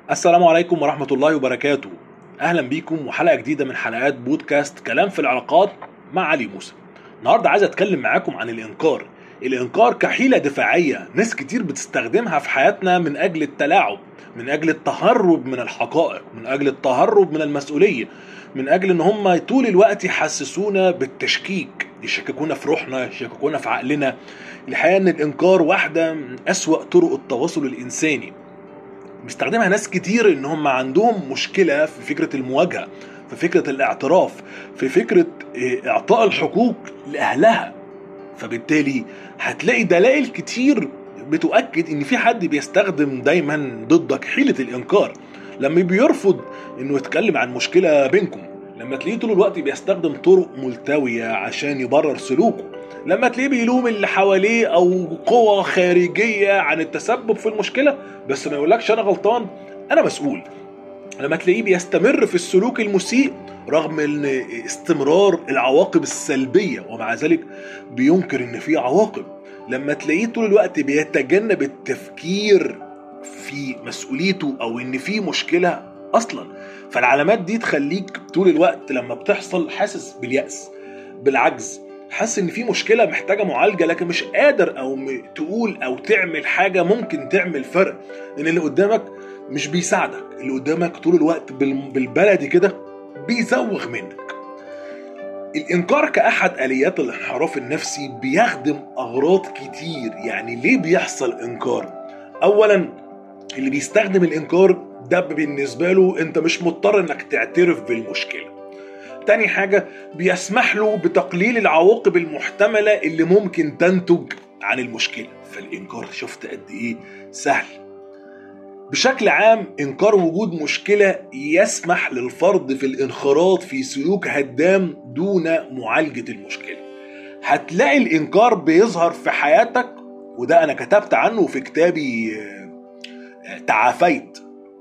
السلام عليكم ورحمة الله وبركاته. أهلا بيكم وحلقة جديدة من حلقات بودكاست كلام في العلاقات مع علي موسى. النهاردة عايز أتكلم معاكم عن الإنكار كحيلة دفاعية ناس كتير بتستخدمها في حياتنا من أجل التلاعب، من أجل التهرب من الحقائق، من أجل التهرب من المسؤولية، من أجل إن هم طول الوقت يحسسونا بالتشكيك، يشككونا في روحنا، يشككونا في عقلنا. الحقيقة إن الإنكار واحدة من أسوأ طرق التواصل الإنساني، بيستخدمها ناس كتير ان هم عندهم مشكلة في فكرة المواجهة، في فكرة الاعتراف، في فكرة اعطاء الحقوق لأهلها. فبالتالي هتلاقي دلائل كتير بتؤكد ان في حد بيستخدم دايما ضدك حيلة الانكار. لما بيرفض انه يتكلم عن مشكلة بينكم، لما تلاقيه طول الوقت بيستخدم طرق ملتوية عشان يبرر سلوكه، لما تلاقيه بيلوم اللي حواليه او قوة خارجية عن التسبب في المشكلة بس ما يقولكش انا غلطان، انا مسؤول. لما تلاقيه بيستمر في السلوك المسيء رغم ان استمرار العواقب السلبية ومع ذلك بينكر ان في عواقب. لما تلاقيه طول الوقت بيتجنب التفكير في مسؤوليته او ان في مشكلة اصلا. فالعلامات دي تخليك طول الوقت لما بتحصل حاسس باليأس، بالعجز، حاسس ان في مشكلة محتاجة معالجة لكن مش قادر او تقول او تعمل حاجة ممكن تعمل فرق، ان اللي قدامك مش بيساعدك، اللي قدامك طول الوقت بالبلدي كده بيزوغ منك. الإنكار كأحد آليات الانحراف النفسي بيخدم أغراض كتير. يعني ليه بيحصل إنكار؟ أولا، اللي بيستخدم الإنكار ده بالنسبة له أنت مش مضطر أنك تعترف بالمشكلة. تاني حاجة، بيسمح له بتقليل العواقب المحتملة اللي ممكن تنتج عن المشكلة. فالإنكار شفت قد إيه سهل. بشكل عام إنكار وجود مشكلة يسمح للفرد في الانخراط في سلوك هدام دون معالجة المشكلة. هتلاقي الإنكار بيظهر في حياتك، وده أنا كتبت عنه في كتابي تعافيت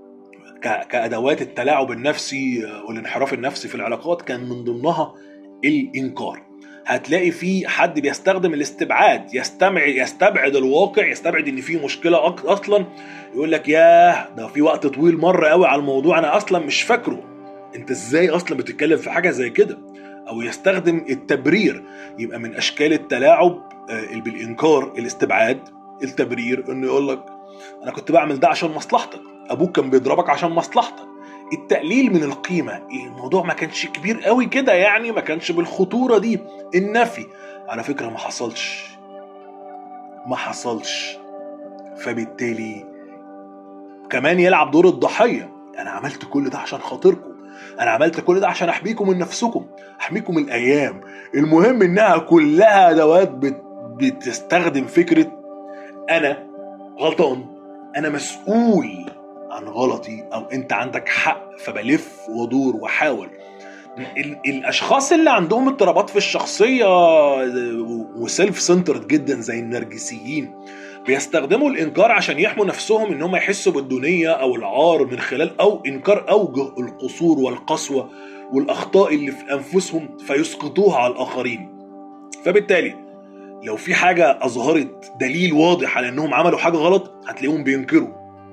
كأدوات التلاعب النفسي والانحراف النفسي في العلاقات، كان من ضمنها الإنكار. هتلاقي في حد بيستخدم الاستبعاد، يستبعد الواقع، يستبعد ان في مشكلة اصلا، يقول لك ياه ده في وقت طويل مر قوي على الموضوع انا اصلا مش فاكره، انت ازاي اصلا بتتكلم في حاجة زي كده. او يستخدم التبرير، يبقى من اشكال التلاعب بالانكار الاستبعاد، التبرير، انه يقول لك انا كنت بعمل ده عشان مصلحتك، ابوك كان بيضربك عشان مصلحتك. التقليل من القيمة، الموضوع ما كانش كبير قوي كده، يعني ما كانش بالخطورة دي. النفي، على فكرة ما حصلش. فبالتالي كمان يلعب دور الضحية، انا عملت كل ده عشان خاطركم، انا عملت كل ده عشان احميكم من نفسكم، احميكم من الايام. المهم انها كلها ادوات بتستخدم فكرة انا غلطان، انا مسؤول عن غلطي، او انت عندك حق، فبلف ودور وحاول. الاشخاص اللي عندهم اضطرابات في الشخصية وسيلف سنترد جدا زي النرجسيين بيستخدموا الانكار عشان يحموا نفسهم انهم يحسوا بالدونية او العار من خلال او انكار اوجه القصور والقسوة والاخطاء اللي في انفسهم فيسقطوها على الاخرين. فبالتالي لو في حاجة اظهرت دليل واضح على انهم عملوا حاجة غلط هتلاقيهم بينكروا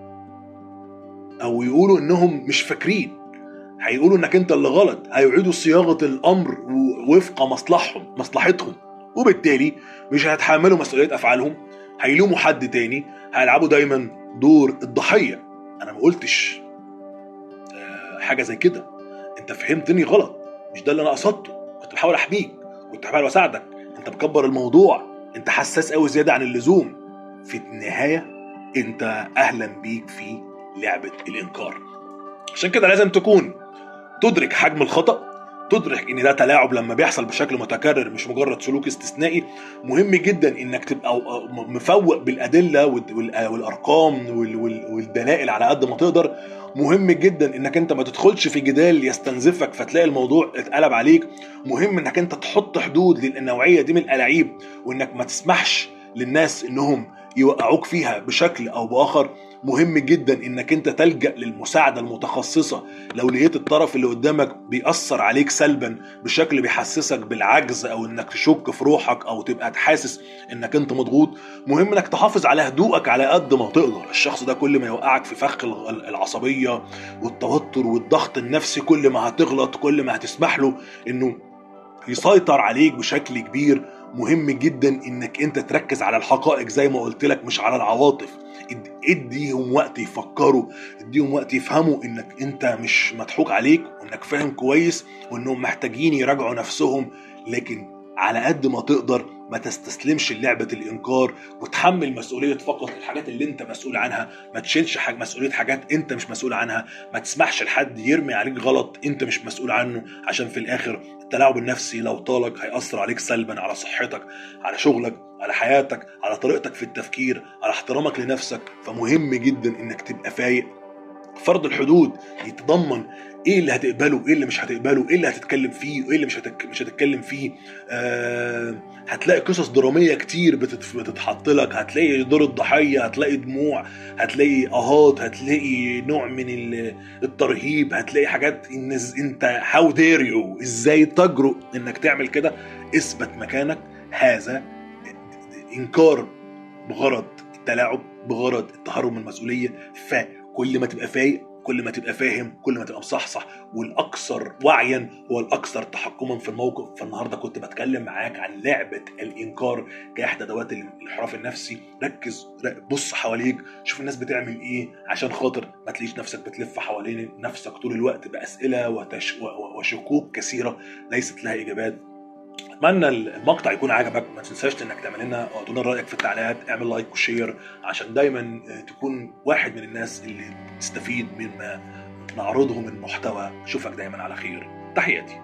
او يقولوا انهم مش فاكرين، هيقولوا انك انت اللي غلط، هيعيدوا صياغة الامر وفق مصلحتهم، وبالتالي مش هيتحملوا مسؤولية افعالهم، هيلوموا حد تاني، هيلعبوا دايما دور الضحية. انا ما قلتش حاجة زي كده، انت فهمتني غلط، مش ده اللي انا قصدته، كنت بحاول احميك، كنت بحاول اساعدك، انت مكبر الموضوع، انت حساس قوي زيادة عن اللزوم. في النهاية انت اهلا بيك في لعبة الانكار. عشان كده لازم تكون تدرك حجم الخطأ، تدرك ان ده تلاعب لما بيحصل بشكل متكرر مش مجرد سلوك استثنائي. مهم جدا انك تبقى مفوق بالادله والارقام والدلائل على قد ما تقدر. مهم جدا انك انت ما تدخلش في جدال يستنزفك فتلاقي الموضوع اتقلب عليك. مهم انك انت تحط حدود للنوعيه دي من الألاعيب، وانك ما تسمحش للناس انهم يوقعوك فيها بشكل او باخر، مهم جدا انك انت تلجأ للمساعدة المتخصصة. لو لقيت الطرف اللي قدامك بيأثر عليك سلبا بشكل بيحسسك بالعجز او انك تشك في روحك او تبقى تحاسس انك انت مضغوط، مهم انك تحافظ على هدوءك على قد ما تقدر. الشخص ده كل ما يوقعك في فخ العصبية والتوتر والضغط النفسي، كل ما هتغلط، كل ما هتسمح له انه يسيطر عليك بشكل كبير. مهم جدا انك انت تركز على الحقائق زي ما قلت لك، مش على العواطف. اديهم وقت يفكروا، اديهم وقت يفهموا انك انت مش مضحوك عليك، وانك فاهم كويس، وانهم محتاجين يراجعوا نفسهم. لكن على قد ما تقدر ما تستسلمش للعبة الإنكار، وتحمل مسؤولية فقط الحاجات اللي انت مسؤول عنها. ما تشيلش مسؤولية حاجات انت مش مسؤول عنها. ما تسمحش لحد يرمي عليك غلط انت مش مسؤول عنه، عشان في الآخر التلاعب النفسي لو طالك هيأثر عليك سلبا، على صحتك، على شغلك، على حياتك، على طريقتك في التفكير، على احترامك لنفسك. فمهم جدا انك تبقى فايق. فرض الحدود يتضمن ايه اللي هتقبله، ايه اللي مش هتقبله، ايه اللي هتتكلم فيه وايه اللي مش هتتكلم فيه. هتلاقي قصص درامية كتير بتتحط لك، هتلاقي دور الضحية، هتلاقي دموع، هتلاقي اهات، هتلاقي نوع من الترهيب، هتلاقي حاجات انت هاو دير يو، ازاي تجرؤ انك تعمل كده. اثبت مكانك. هذا انكار بغرض التلاعب، بغرض التهرب من المسؤولية. فكل ما تبقى فايق، كل ما تبقى فاهم، كل ما تبقى مصحصح، والاكثر وعيا هو الاكثر تحكما في الموقف. فالنهارده كنت بتكلم معاك عن لعبة الانكار كاحدى ادوات الانحراف النفسي. ركز، بص حواليك، شوف الناس بتعمل ايه، عشان خاطر ما تلاقيش نفسك بتلف حوالين نفسك طول الوقت بأسئلة وشكوك كثيرة ليست لها اجابات. اتمنى المقطع يكون عجبك. ما تنساش انك تعمل لنا او تقول رايك في التعليقات، اعمل لايك وشير عشان دايما تكون واحد من الناس اللي تستفيد مما نعرضه من محتوى. اشوفك دايما على خير. تحياتي.